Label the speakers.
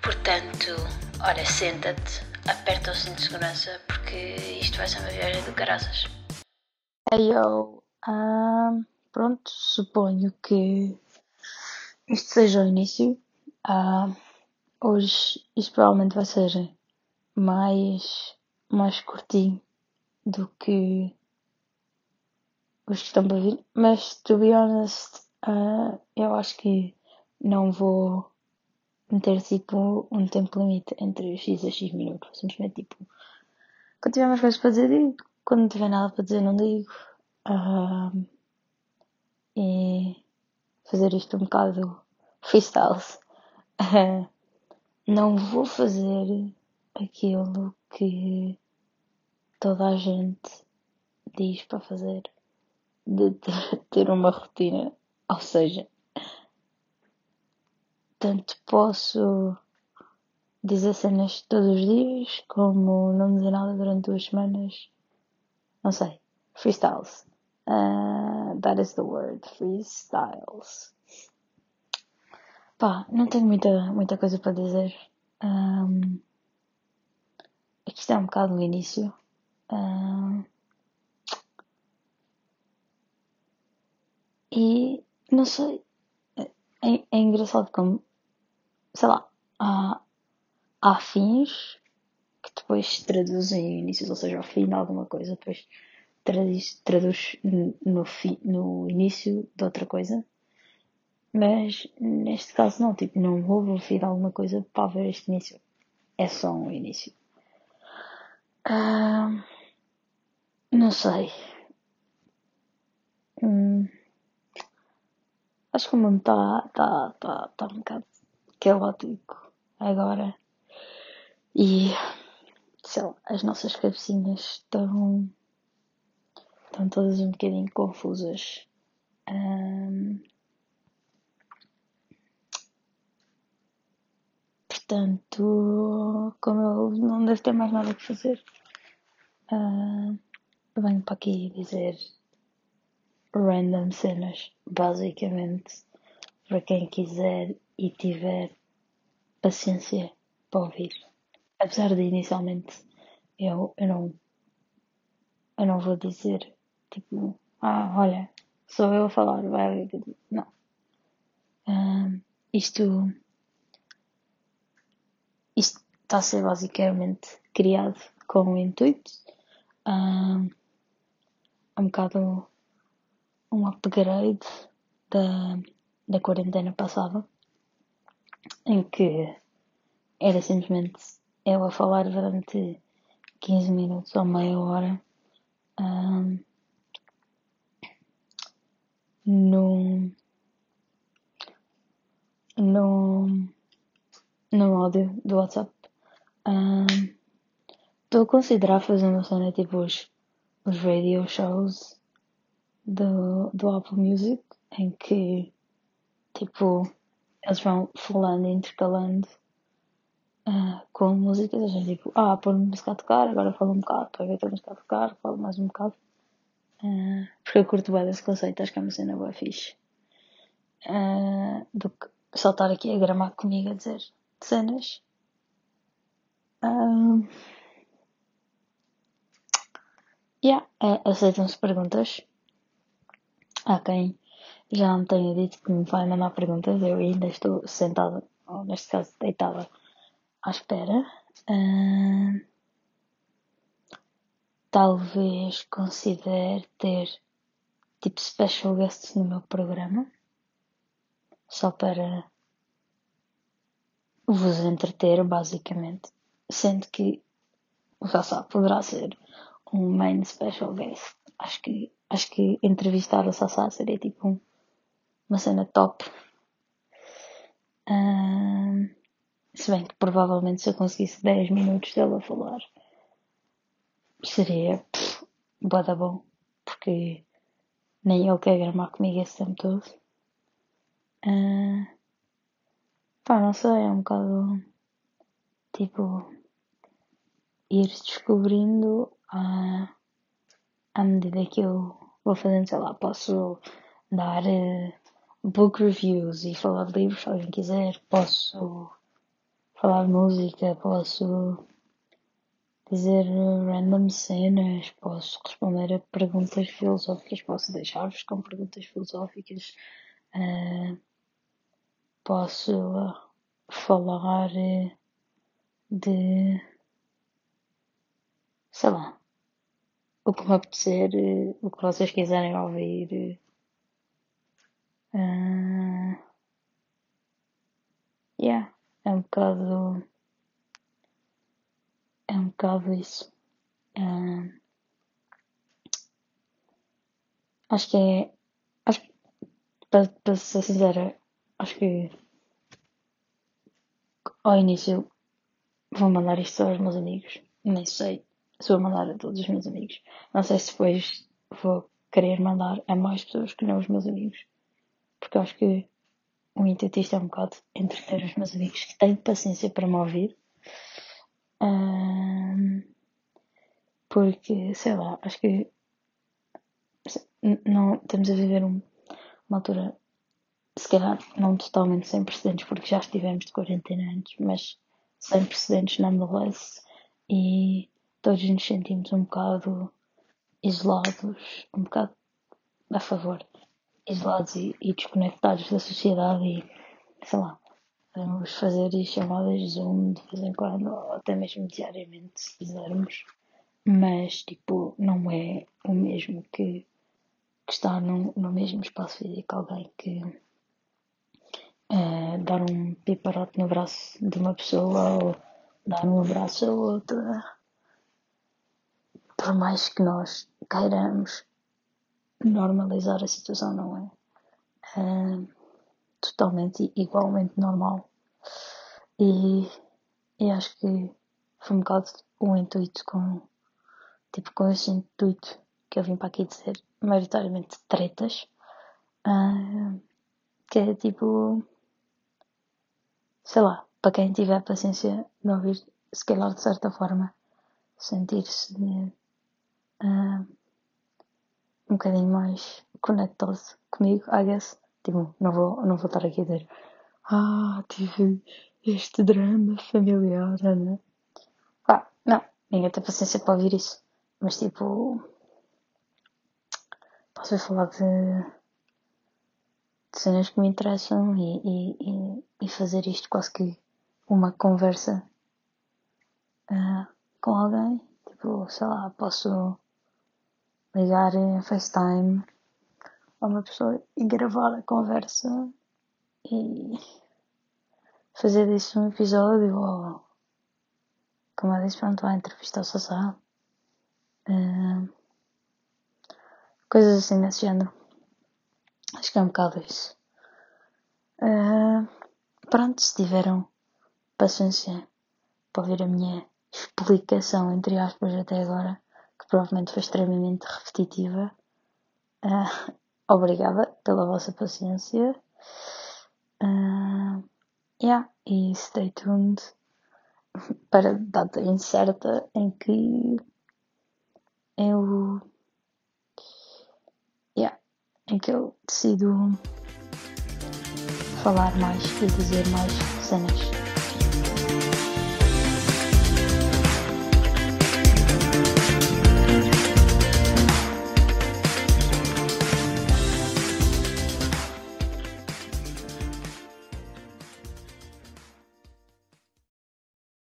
Speaker 1: Portanto, olha, senta-te, aperta o cinto de segurança, porque isto vai ser uma viagem do caraças.
Speaker 2: Hey yo, pronto, suponho que isto seja o início. Hoje isto provavelmente vai ser mais curtinho do que os que estão para vir, mas to be honest, eu acho que não vou meter tipo um tempo limite entre X a X minutos. Simplesmente tipo, quando tiver mais coisas para dizer, digo. Quando não tiver nada para dizer, não digo. E fazer isto um bocado freestyles. Não vou fazer aquilo que toda a gente diz para fazer, de ter uma rotina. Ou seja, tanto posso dizer cenas todos os dias, como não dizer nada durante 2 semanas. Não sei. Freestyles. That is the word. Freestyles. Pá, não tenho muita coisa para dizer. Aqui está um bocado no início. E não sei. É engraçado como, sei lá, há fins que depois se traduzem em inícios, ou seja, ao fim de alguma coisa, depois traduz no início de outra coisa. Mas neste caso não, tipo, não houve o fim de alguma coisa para haver este início. É só um início. Não sei. Acho que o mundo está um bocado caótico agora. E, sei lá, as nossas cabecinhas estão todas um bocadinho confusas. Portanto, como eu não devo ter mais nada que fazer, venho para aqui dizer random cenas, basicamente, para quem quiser e tiver paciência para ouvir. Apesar de inicialmente eu não vou dizer tipo, olha, sou eu a falar, vai, não. Isto está a ser basicamente criado com o intuito, um bocado um upgrade da quarentena passada, em que era simplesmente eu a falar durante 15 minutos ou meia hora no áudio do WhatsApp. Estou a considerar fazer uma cena tipo os radio shows do Apple Music, em que tipo eles vão falando, intercalando com músicas, a gente tipo, pôr música a tocar, agora falo um bocado, depois ver a música a tocar, falo mais um bocado. Porque eu curto bem desse conceito, acho que é uma cena boa fixe. Do que só estar aqui a gramar comigo a dizer cenas. Aceitam-se perguntas. Há quem já me tenha dito que me vai mandar perguntas, eu ainda estou sentada, ou neste caso deitada, à espera. Talvez considere ter tipo special guests no meu programa, só para vos entreter, basicamente. Sendo que o Sassá poderá ser um main special guest. Acho que entrevistar o Sassá seria tipo uma cena top. Se bem que provavelmente se eu conseguisse 10 minutos dele a falar, seria bué da bom, porque nem ele quer gramar comigo esse tempo todo. Não sei, é um bocado tipo ir descobrindo à medida que eu vou fazendo, sei lá, posso dar book reviews e falar de livros se alguém quiser, posso falar de música, posso dizer random cenas, posso responder a perguntas filosóficas, posso deixar-vos com perguntas filosóficas, posso falar de, sei lá, o que me apetecer, o que vocês quiserem ouvir. Yeah, é um bocado isso. Acho que é, acho que, para ser sincera, acho que ao início vou mandar isto aos meus amigos. Nem sei se vou mandar a todos os meus amigos. Não sei se depois vou querer mandar a mais pessoas que não os meus amigos. Porque acho que o intuito disto é um bocado entreter os meus amigos que têm paciência para me ouvir. Porque, sei lá, acho que não estamos a viver uma altura, se calhar não totalmente sem precedentes, porque já estivemos de quarentena antes, mas sem precedentes nonetheless. E todos nos sentimos um bocado isolados, um bocado a favor, isolados e desconectados da sociedade e, sei lá, podemos fazer chamadas Zoom de vez em quando, ou até mesmo diariamente, se quisermos, mas, tipo, não é o mesmo que estar no mesmo espaço físico, alguém que dar um piparote no braço de uma pessoa ou dar um abraço a outra. Por mais que nós queiramos normalizar a situação, não é totalmente igualmente normal. E acho que foi um bocado o intuito com esse intuito que eu vim para aqui dizer, maioritariamente tretas, que é tipo, sei lá, para quem tiver paciência de ouvir, se calhar de certa forma, sentir-se um bocadinho mais conectado comigo, I guess. Tipo, não vou estar aqui a dizer tive este drama familiar, né? Não, ninguém tem paciência para ouvir isso. Mas tipo, posso ir falar de cenas que me interessam e fazer isto quase que uma conversa com alguém. Tipo, sei lá, posso ligar em FaceTime a uma pessoa e gravar a conversa e fazer disso um episódio ou, como eu disse, pronto, a entrevista ao Sassá. Coisas assim desse género. Acho que é um bocado isso. Pronto, se tiveram paciência para ouvir a minha explicação, entre aspas, até agora, que provavelmente foi extremamente repetitiva, obrigada pela vossa paciência. E stay tuned para a data incerta em que eu decido falar mais e dizer mais cenas.